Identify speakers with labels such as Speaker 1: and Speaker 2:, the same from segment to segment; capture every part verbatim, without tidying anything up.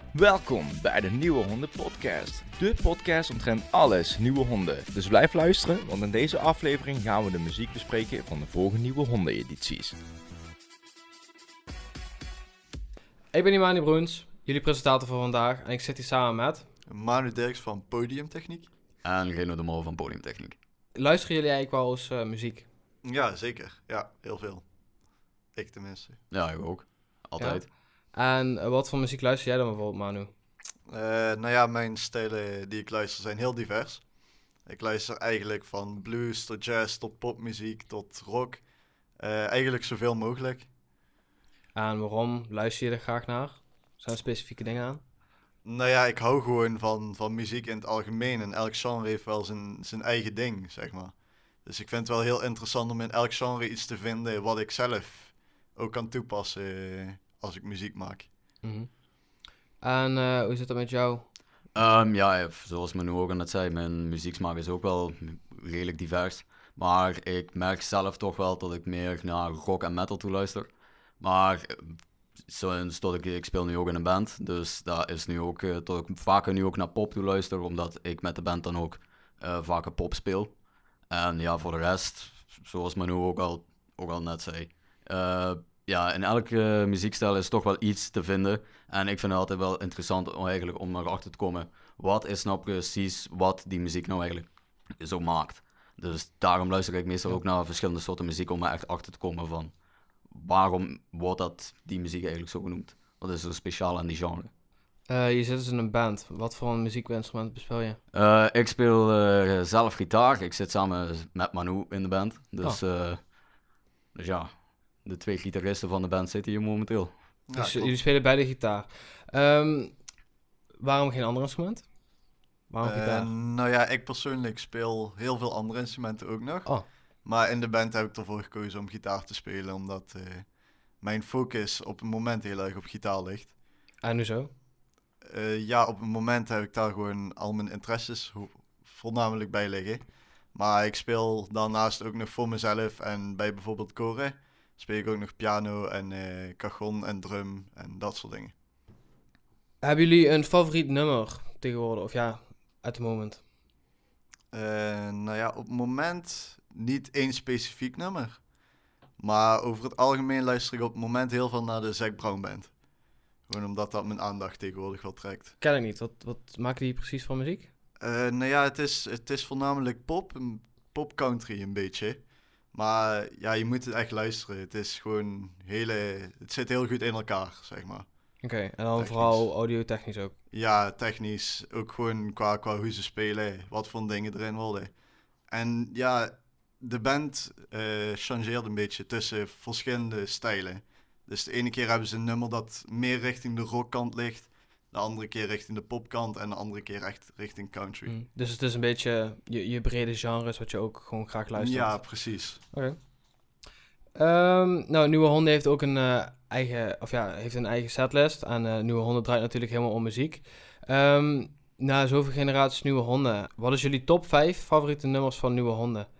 Speaker 1: Welkom bij de Nieuwe Honden Podcast. De podcast omtrent alles nieuwe honden. Dus blijf luisteren, want in deze aflevering gaan we de muziek bespreken van de volgende Nieuwe Honden edities.
Speaker 2: Ik ben Imani Broens, jullie presentator voor vandaag en ik zit hier samen met...
Speaker 3: Manu Dirks van Podiumtechniek.
Speaker 4: En Reno de Mol van Podiumtechniek.
Speaker 2: Luisteren jullie eigenlijk wel eens uh, muziek?
Speaker 3: Ja, zeker. Ja, heel veel. Ik tenminste.
Speaker 4: Ja, ik ook. Altijd.
Speaker 2: Ja? En uh, wat voor muziek luister jij dan bijvoorbeeld, Manu?
Speaker 3: Uh, nou ja, mijn stijlen die ik luister zijn heel divers. Ik luister eigenlijk van blues tot jazz tot popmuziek tot rock. Uh, eigenlijk zoveel mogelijk.
Speaker 2: En waarom luister je er graag naar? Zijn er specifieke dingen aan?
Speaker 3: Nou ja, ik hou gewoon van, van muziek in het algemeen. En elk genre heeft wel zijn, zijn eigen ding, zeg maar. Dus ik vind het wel heel interessant om in elk genre iets te vinden wat ik zelf ook kan toepassen uh, als ik muziek maak.
Speaker 2: Mm-hmm. En uh, hoe zit dat met jou?
Speaker 4: Um, ja, zoals Manu ook al net zei, mijn muzieksmaak is ook wel redelijk divers. Maar ik merk zelf toch wel dat ik meer naar rock en metal toe luister. Maar sinds dat ik, ik speel nu ook in een band, dus dat is nu ook, uh, dat ik vaker nu ook naar pop toe luister, omdat ik met de band dan ook uh, vaker pop speel. En ja, voor de rest, zoals Manu ook al, ook al net zei, uh, ja, in elke muziekstijl is toch wel iets te vinden. En ik vind het altijd wel interessant om, eigenlijk, om erachter te komen, wat is nou precies wat die muziek nou eigenlijk zo maakt. Dus daarom luister ik meestal ook naar verschillende soorten muziek om er echt achter te komen van waarom wordt dat die muziek eigenlijk zo genoemd. Wat is er speciaal aan die genre?
Speaker 2: Uh, je zit dus in een band. Wat voor een muziekinstrument bespeel je?
Speaker 4: Uh, ik speel uh, zelf gitaar. Ik zit samen met Manu in de band. Dus, oh. uh, dus ja, de twee gitaristen van de band zitten hier momenteel.
Speaker 2: Ja, dus jullie spelen beide gitaar. Um, waarom geen ander instrument? Waarom
Speaker 3: uh,
Speaker 2: gitaar?
Speaker 3: Nou ja, ik persoonlijk speel heel veel andere instrumenten ook nog.
Speaker 2: Oh.
Speaker 3: Maar in de band heb ik ervoor gekozen om gitaar te spelen, omdat uh, mijn focus op het moment heel erg op gitaar ligt.
Speaker 2: En nu zo?
Speaker 3: Uh, ja, op het moment heb ik daar gewoon al mijn interesses ho- voornamelijk bij liggen. Maar ik speel daarnaast ook nog voor mezelf en bij bijvoorbeeld koren speel ik ook nog piano en uh, cajon en drum en dat soort dingen.
Speaker 2: Hebben jullie een favoriet nummer tegenwoordig, of ja, at the moment?
Speaker 3: Uh, nou ja, op het moment niet één specifiek nummer. Maar over het algemeen luister ik op het moment heel veel naar de Zac Brown Band. Gewoon omdat dat mijn aandacht tegenwoordig wel trekt.
Speaker 2: Ken ik niet. Wat, wat maken die precies van muziek?
Speaker 3: Uh, nou ja, het is, het is voornamelijk pop, pop country een beetje. Maar ja, je moet het echt luisteren. Het is gewoon hele... Het zit heel goed in elkaar, zeg maar.
Speaker 2: Oké, okay, en dan
Speaker 3: technisch.
Speaker 2: Vooral audio-technisch ook?
Speaker 3: Ja, technisch. Ook gewoon qua, qua hoe ze spelen, wat voor dingen erin worden. En ja, de band uh, changeert een beetje tussen verschillende stijlen. Dus de ene keer hebben ze een nummer dat meer richting de rockkant ligt. De andere keer richting de popkant en de andere keer echt richting country.
Speaker 2: Mm, dus het is een beetje je, je brede genres wat je ook gewoon graag luistert.
Speaker 3: Ja, precies.
Speaker 2: Oké. Okay. Um, nou, Nieuwe Honden heeft ook een uh, eigen, of ja, heeft een eigen setlist. En uh, Nieuwe Honden draait natuurlijk helemaal om muziek. Um, na zoveel generaties Nieuwe Honden, wat is jullie top vijf favoriete nummers van Nieuwe Honden?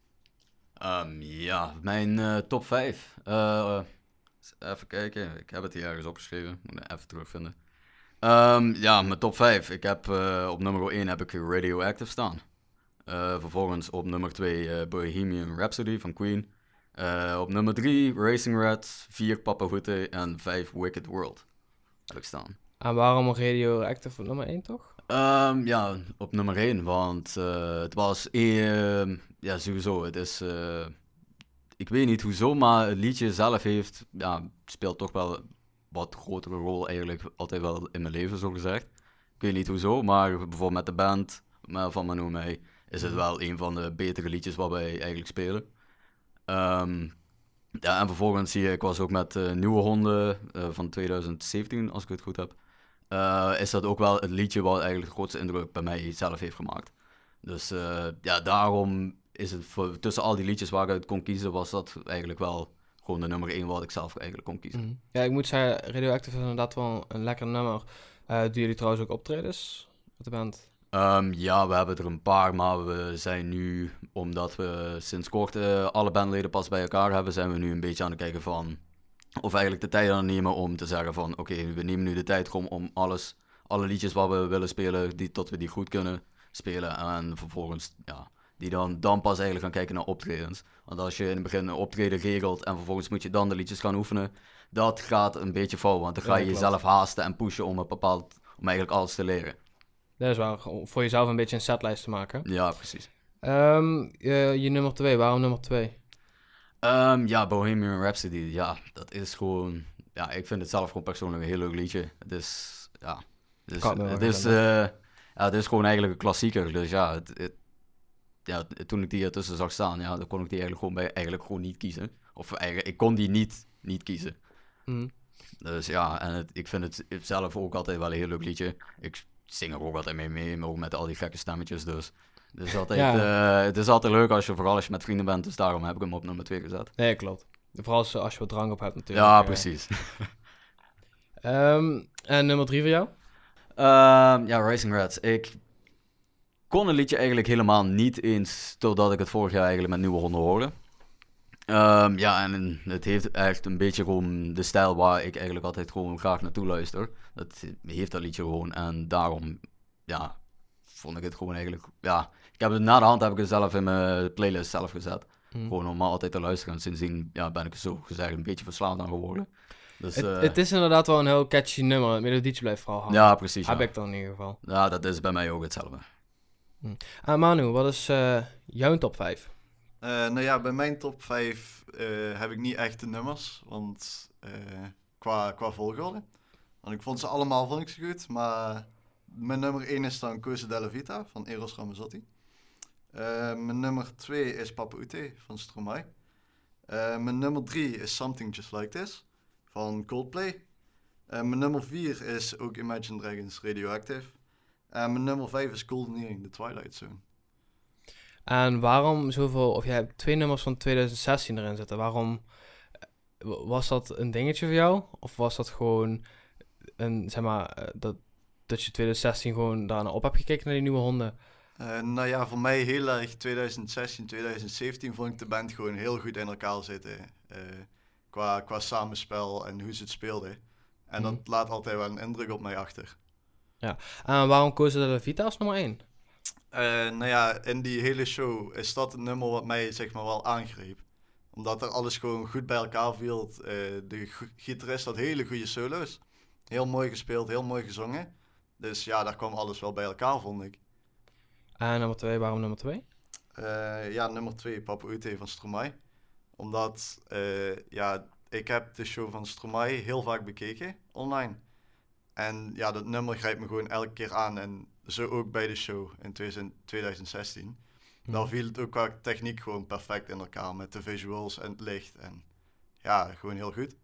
Speaker 4: Um, ja, mijn uh, top vijf. Uh, even kijken, ik heb het hier ergens opgeschreven. Moet ik even terugvinden. Um, ja, mijn top vijf. Ik heb uh, op nummer één heb ik Radioactive staan. Uh, vervolgens op nummer twee uh, Bohemian Rhapsody van Queen. Uh, op nummer drie Racing Red, vier Papa Hutte en vijf Wicked World heb ik staan.
Speaker 2: En waarom Radioactive op nummer één toch?
Speaker 4: Um, ja, op nummer één, want uh, het was... Uh, ja, sowieso, het is... Uh, ik weet niet hoezo, maar het liedje zelf heeft... Ja, speelt toch wel wat grotere rol eigenlijk altijd wel in mijn leven, zo gezegd. Ik weet niet hoezo, maar bijvoorbeeld met de band van Manu en mij is het wel een van de betere liedjes wat wij eigenlijk spelen. Um, ja, en vervolgens zie je, ik was ook met uh, Nieuwe Honden uh, van twintig zeventien, als ik het goed heb. Uh, is dat ook wel het liedje wat eigenlijk de grootste indruk bij mij zelf heeft gemaakt. Dus uh, ja, daarom is het voor, tussen al die liedjes waar ik uit kon kiezen, was dat eigenlijk wel gewoon de nummer één wat ik zelf eigenlijk kon kiezen.
Speaker 2: Mm. Ja, ik moet zeggen, Radioactive is inderdaad wel een lekker nummer. Uh, doen jullie trouwens ook optredens met de band?
Speaker 4: Um, ja, we hebben er een paar, maar we zijn nu, omdat we sinds kort uh, alle bandleden pas bij elkaar hebben, zijn we nu een beetje aan het kijken van, of eigenlijk de tijd aan het nemen om te zeggen van, oké, okay, we nemen nu de tijd om, om alles alle liedjes wat we willen spelen, die, tot we die goed kunnen spelen. En vervolgens, ja, die dan, dan pas eigenlijk gaan kijken naar optredens. Want als je in het begin een optreden regelt en vervolgens moet je dan de liedjes gaan oefenen, dat gaat een beetje fout. Want dan ga je
Speaker 2: Ja,
Speaker 4: jezelf haasten en pushen om, een bepaald, om eigenlijk alles te leren.
Speaker 2: Dat is waar, om voor jezelf een beetje een setlijst te maken.
Speaker 4: Ja, precies.
Speaker 2: Um, je, je nummer twee, waarom nummer twee?
Speaker 4: Um, ja, Bohemian Rhapsody, ja, dat is gewoon... Ja, ik vind het zelf gewoon persoonlijk een heel leuk liedje. Het is, ja... Het is,
Speaker 2: Kan me wel
Speaker 4: het is, uh, ja, het is gewoon eigenlijk een klassieker. Dus ja, het, het, ja, toen ik die ertussen zag staan, ja, dan kon ik die eigenlijk gewoon, bij, eigenlijk gewoon niet kiezen. Of eigenlijk, ik kon die niet, niet kiezen.
Speaker 2: Mm.
Speaker 4: Dus ja, en het, ik vind het zelf ook altijd wel een heel leuk liedje. Ik zing er ook altijd mee mee, maar ook met al die gekke stemmetjes, dus... Het is, altijd,
Speaker 2: Ja.
Speaker 4: uh, het is altijd leuk als je, vooral als je met vrienden bent, dus daarom heb ik hem op nummer twee gezet.
Speaker 2: Nee, klopt. Vooral als, als je wat drank op hebt natuurlijk.
Speaker 4: Ja,
Speaker 2: uh.
Speaker 4: precies.
Speaker 2: Um, en nummer drie voor jou?
Speaker 4: Uh, ja, Rising Reds. Ik kon een liedje eigenlijk helemaal niet eens totdat ik het vorig jaar eigenlijk met Nieuwe Honden hoorde. Um, ja, en het heeft echt een beetje gewoon de stijl waar ik eigenlijk altijd gewoon graag naartoe luister. Dat heeft dat liedje gewoon en daarom, ja, vond ik het gewoon eigenlijk, ja... Ik heb het na de hand heb ik het zelf in mijn playlist zelf gezet.
Speaker 2: Hmm.
Speaker 4: Gewoon om altijd te luisteren en sindsdien ja, ben ik er zo gezegd een beetje verslaafd aan geworden. Dus,
Speaker 2: Het,
Speaker 4: uh,
Speaker 2: het is inderdaad wel een heel catchy nummer. Het melodietje blijft vooral hangen.
Speaker 4: ja, precies.
Speaker 2: Heb
Speaker 4: Ja.
Speaker 2: ik dan in ieder geval.
Speaker 4: ja, dat is bij mij ook hetzelfde.
Speaker 2: Ah, Manu, wat is uh, jouw top vijf?
Speaker 3: Uh, nou ja, bij mijn top vijf uh, heb ik niet echt de nummers, want uh, qua, qua volgorde. Want ik vond ze allemaal vond ik ze goed, maar mijn nummer één is dan Cosa della Vita van Eros Ramazzotti. Uh, mijn nummer twee is Papa Ute van Stromae. Uh, mijn nummer drie is Something Just Like This van Coldplay. Uh, mijn nummer vier is ook Imagine Dragons Radioactive. En mijn nummer vijf is Golden Earring, The Twilight Zone.
Speaker 2: En waarom zoveel... Of jij hebt twee nummers van twintig zestien erin zitten. Waarom... Was dat een dingetje voor jou? Of was dat gewoon een, zeg maar, dat, dat je twintig zestien gewoon daarna op hebt gekeken naar die nieuwe honden?
Speaker 3: Uh, nou ja, voor mij heel erg twintig zestien, twintig zeventien vond ik de band gewoon heel goed in elkaar zitten. Uh, qua, qua samenspel en hoe ze het speelden. En
Speaker 2: Mhm.
Speaker 3: dat laat altijd wel een indruk op mij achter.
Speaker 2: En waarom Cosa della Vita als nummer één?
Speaker 3: Uh, nou ja, in die hele show is dat het nummer wat mij zeg maar wel aangreep. Omdat er alles gewoon goed bij elkaar viel. Uh, de g- gitarist had hele goede solo's. Heel mooi gespeeld, heel mooi gezongen. Dus ja, daar kwam alles wel bij elkaar, vond ik.
Speaker 2: En nummer twee, waarom nummer twee?
Speaker 3: Uh, ja, nummer twee, Papa Ute van Stromae. Omdat, uh, ja, ik heb de show van Stromae heel vaak bekeken, online. En ja, dat nummer grijpt me gewoon elke keer aan. En zo ook bij de show in twintig zestien.
Speaker 2: Hm.
Speaker 3: Dan viel het ook qua techniek gewoon perfect in elkaar. Met de visuals en het licht. En ja, gewoon heel goed.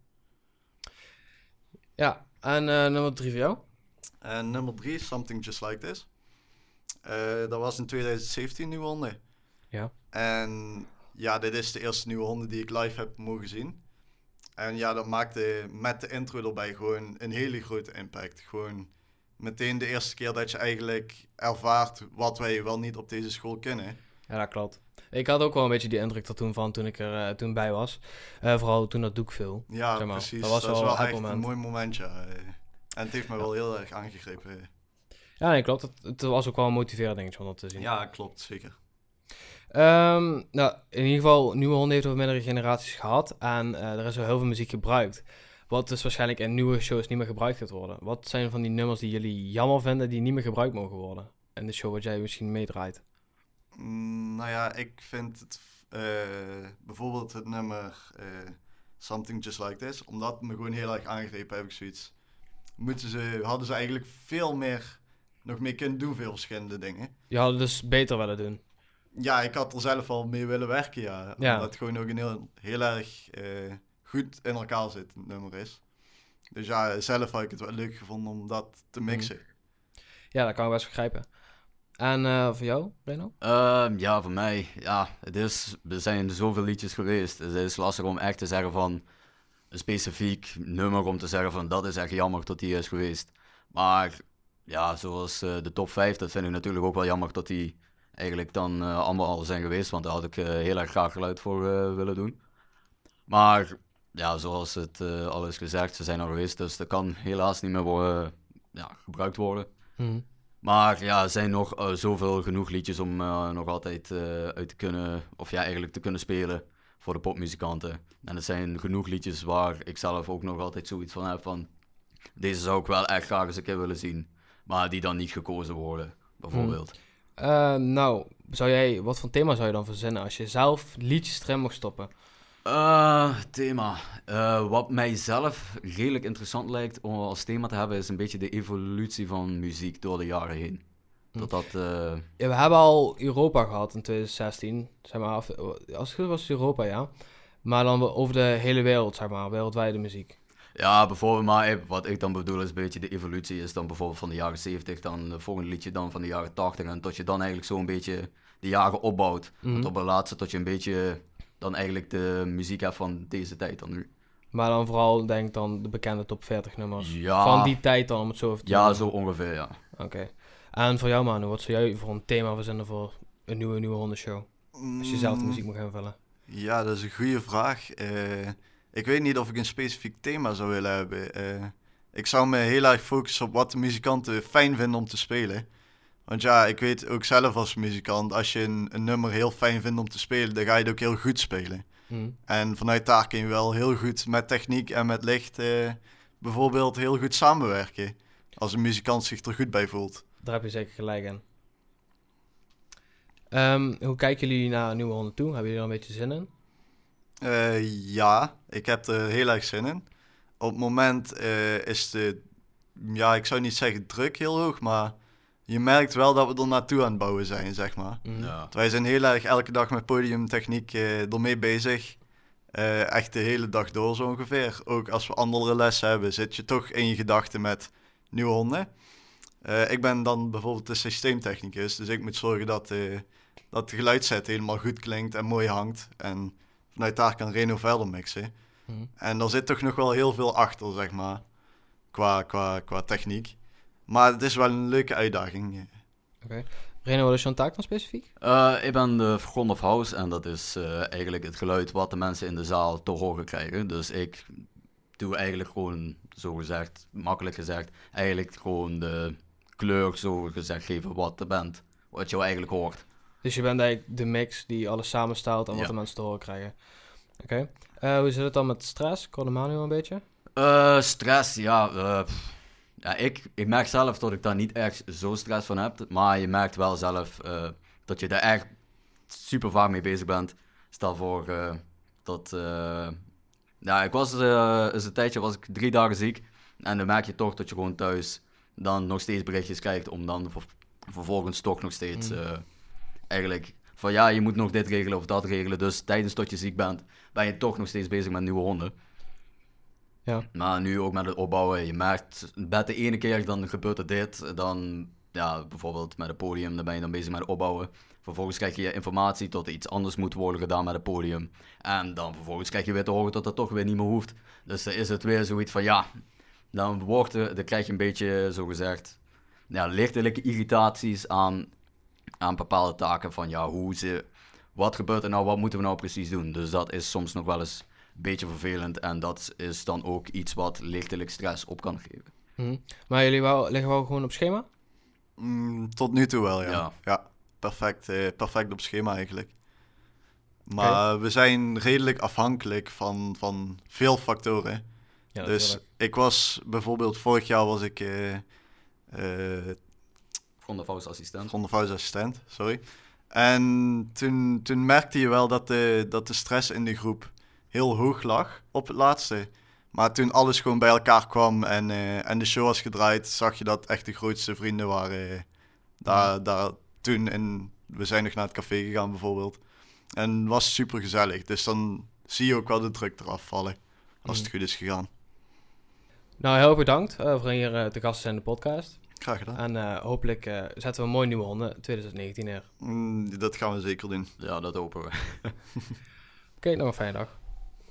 Speaker 2: Ja, en uh, nummer drie voor jou?
Speaker 3: En nummer drie, Something Just Like This. Uh, dat was in twintig zeventien Nieuwe Honden.
Speaker 2: Ja.
Speaker 3: En ja, dit is de eerste Nieuwe Honden die ik live heb mogen zien. En ja, dat maakte met de intro erbij gewoon een hele grote impact. Gewoon meteen de eerste keer dat je eigenlijk ervaart wat wij wel niet op deze school kunnen.
Speaker 2: Ja, dat klopt. Ik had ook wel een beetje die indruk er toen van, toen ik er uh, toen bij was. Uh, vooral toen dat doek viel.
Speaker 3: Ja,
Speaker 2: Zeg maar,
Speaker 3: precies.
Speaker 2: dat was
Speaker 3: dat is
Speaker 2: wel
Speaker 3: wel
Speaker 2: een
Speaker 3: echt
Speaker 2: moment.
Speaker 3: een mooi moment, ja. En het heeft me
Speaker 2: Ja.
Speaker 3: wel heel erg aangegrepen.
Speaker 2: Ja, nee, klopt. Het, het was ook wel een motiverend dingetje om dat te zien.
Speaker 3: Ja, klopt, zeker.
Speaker 2: Um, nou, in ieder geval, Nieuwe Honden heeft over meerdere generaties gehad. En uh, er is wel heel veel muziek gebruikt. Wat dus waarschijnlijk in nieuwe shows niet meer gebruikt gaat worden. Wat zijn van die nummers die jullie jammer vinden, die niet meer gebruikt mogen worden? In de show wat jij misschien meedraait.
Speaker 3: Mm, nou ja, ik vind het uh, bijvoorbeeld het nummer uh, Something Just Like This, omdat het me gewoon heel erg aangrepen, heb ik zoiets. Moeten ze, hadden ze eigenlijk veel meer nog mee kunnen doen, veel verschillende dingen.
Speaker 2: Je had het dus beter willen doen.
Speaker 3: Ja, ik had er zelf al mee willen werken, ja.
Speaker 2: Ja.
Speaker 3: Omdat het gewoon ook een heel, heel erg uh, goed in elkaar zit, het nummer is. Dus ja, zelf had ik het wel leuk gevonden om dat te mixen.
Speaker 2: Ja, dat kan ik best begrijpen. En uh, voor jou, Reno?
Speaker 4: Um, ja, voor mij, ja, het is, er zijn zoveel liedjes geweest. Het is lastig om echt te zeggen van een specifiek nummer, om te zeggen van dat is echt jammer dat die is geweest. Maar ja, zoals uh, de top vijf, dat vind ik natuurlijk ook wel jammer dat die eigenlijk dan uh, allemaal al zijn geweest, want daar had ik uh, heel erg graag geluid voor uh, willen doen. Maar ja, zoals het uh, al is gezegd, ze zijn al geweest, dus dat kan helaas niet meer worden, ja, gebruikt worden.
Speaker 2: Mm.
Speaker 4: Maar ja, er zijn nog uh, zoveel genoeg liedjes om uh, nog altijd uh, uit te kunnen, of ja, eigenlijk te kunnen spelen voor de popmuzikanten. En er zijn genoeg liedjes waar ik zelf ook nog altijd zoiets van heb van, deze zou ik wel echt graag eens een keer willen zien, maar die dan niet gekozen worden, bijvoorbeeld.
Speaker 2: Mm. Uh, nou, zou jij, wat voor thema zou je dan verzinnen als je zelf liedjes erin mocht stoppen?
Speaker 4: Uh, thema. Uh, wat mij zelf redelijk interessant lijkt om als thema te hebben, is een beetje de evolutie van muziek door de jaren heen. Dat dat... Uh...
Speaker 2: Ja, we hebben al Europa gehad in twintig zestien, zeg maar, als het goed was Europa, ja. Maar dan over de hele wereld, zeg maar, wereldwijde muziek.
Speaker 4: Ja, bijvoorbeeld, maar wat ik dan bedoel is een beetje de evolutie is dan bijvoorbeeld van de jaren zeventig, dan het volgende liedje dan van de jaren tachtig en tot je dan eigenlijk zo een beetje de jaren opbouwt. Mm-hmm. Want op het laatste tot je een beetje dan eigenlijk de muziek hebt van deze tijd dan nu.
Speaker 2: Maar dan vooral denk dan de bekende top veertig nummers
Speaker 4: ja.
Speaker 2: van die tijd dan, om het zo even te
Speaker 4: Ja,
Speaker 2: doen.
Speaker 4: zo ongeveer, ja.
Speaker 2: Oké. Okay. En voor jou, Manu, wat zou jij voor een thema verzinnen voor een nieuwe, nieuwe hondenshow? Als je zelf de muziek moet gaan vullen.
Speaker 3: Ja, dat is een goede vraag. Uh, ik weet niet of ik een specifiek thema zou willen hebben. Uh, ik zou me heel erg focussen op wat de muzikanten fijn vinden om te spelen. Want ja, ik weet ook zelf als muzikant, als je een, een nummer heel fijn vindt om te spelen, dan ga je het ook heel goed spelen. Mm. En vanuit daar kun je wel heel goed met techniek en met licht uh, bijvoorbeeld heel goed samenwerken. Als een muzikant zich er goed bij voelt.
Speaker 2: Daar heb je zeker gelijk in. Um, hoe kijken jullie naar Nieuwe Honden toe? Hebben jullie er een beetje zin in?
Speaker 3: Uh, ja, ik heb er heel erg zin in. Op het moment uh, is de, ja, ik zou niet zeggen druk heel hoog, maar je merkt wel dat we er naartoe aan het bouwen zijn, zeg maar.
Speaker 2: Mm.
Speaker 4: Ja.
Speaker 3: Wij zijn heel erg elke dag met podiumtechniek uh, ermee bezig. Uh, echt de hele dag door zo ongeveer. Ook als we andere lessen hebben, zit je toch in je gedachten met Nieuwe Honden. Uh, ik ben dan bijvoorbeeld de systeemtechnicus, dus ik moet zorgen dat, uh, dat de geluidset helemaal goed klinkt en mooi hangt. En vanuit daar kan Reno verder mixen. Mm. En er zit toch nog wel heel veel achter, zeg maar, qua, qua, qua techniek. Maar het is wel een leuke uitdaging.
Speaker 2: Oké. Okay. Reno, wat is jouw taak dan specifiek?
Speaker 4: Uh, ik ben de front of house en dat is uh, eigenlijk het geluid wat de mensen in de zaal te horen krijgen. Dus ik doe eigenlijk gewoon, zo gezegd, makkelijk gezegd, eigenlijk gewoon de kleur, zo gezegd, geven wat de band, wat je eigenlijk hoort.
Speaker 2: Dus je bent eigenlijk de mix die alles samenstelt en wat ja. de mensen te horen krijgen. Oké. Okay. Uh, hoe zit het dan met stress? Ik hoorde Manu een beetje.
Speaker 4: Uh, stress, ja. Uh, ja ik, ik merk zelf dat ik daar niet echt zo stress van heb. Maar je merkt wel zelf uh, dat je daar echt super vaak mee bezig bent. Stel voor uh, dat... Uh, ja, ik was uh, eens een tijdje was ik drie dagen ziek. En dan merk je toch dat je gewoon thuis dan nog steeds berichtjes krijgt om dan ver, vervolgens toch nog steeds... Uh, eigenlijk van ja, je moet nog dit regelen of dat regelen. Dus tijdens dat je ziek bent, ben je toch nog steeds bezig met nieuwe honden.
Speaker 2: Ja.
Speaker 4: Maar nu ook met het opbouwen. Je merkt, met de ene keer dan gebeurt er dit. Dan, ja, bijvoorbeeld met het podium, dan ben je dan bezig met het opbouwen. Vervolgens krijg je informatie tot er iets anders moet worden gedaan met het podium. En dan vervolgens krijg je weer te horen dat dat toch weer niet meer hoeft. Dus dan is het weer zoiets van ja, dan, wordt er, dan krijg je een beetje, zogezegd, ja, lichtelijke irritaties aan, aan bepaalde taken. Van ja, hoe ze, wat gebeurt er nou, wat moeten we nou precies doen? Dus dat is soms nog wel eens een beetje vervelend. En dat is dan ook iets wat lichtelijk stress op kan geven.
Speaker 2: Hmm. Maar jullie wou, liggen wel gewoon op schema?
Speaker 3: Mm, tot nu toe wel, ja.
Speaker 4: Ja.
Speaker 3: ja perfect, eh, perfect op schema eigenlijk. Maar okay. we zijn redelijk afhankelijk van, van veel factoren. Ja, dus natuurlijk. Ik was bijvoorbeeld, vorig jaar was ik... Uh, uh,
Speaker 4: Front of house assistent.
Speaker 3: Front of house assistent, sorry. En toen, toen merkte je wel dat de, dat de stress in de groep heel hoog lag op het laatste. Maar toen alles gewoon bij elkaar kwam en, uh, en de show was gedraaid, zag je dat echt de grootste vrienden waren uh, daar, ja. daar toen. En we zijn nog naar het café gegaan bijvoorbeeld. En het was super gezellig. Dus dan zie je ook wel de druk eraf vallen, als mm. het goed is gegaan.
Speaker 2: Nou, heel erg bedankt uh, voor hier uh, te gast zijn in de podcast.
Speaker 3: Graag gedaan.
Speaker 2: En uh, hopelijk uh, zetten we een mooie nieuwe honden twintig negentien neer.
Speaker 3: Mm, dat gaan we zeker doen.
Speaker 4: Ja, dat hopen we.
Speaker 2: Oké, okay, nog een fijne dag.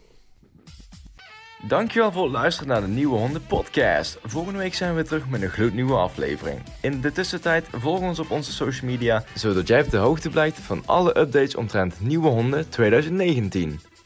Speaker 1: Dankjewel voor het luisteren naar de Nieuwe Honden podcast. Volgende week zijn we weer terug met een gloednieuwe aflevering. In de tussentijd volg ons op onze social media, zodat jij op de hoogte blijft van alle updates omtrent Nieuwe Honden twintig negentien.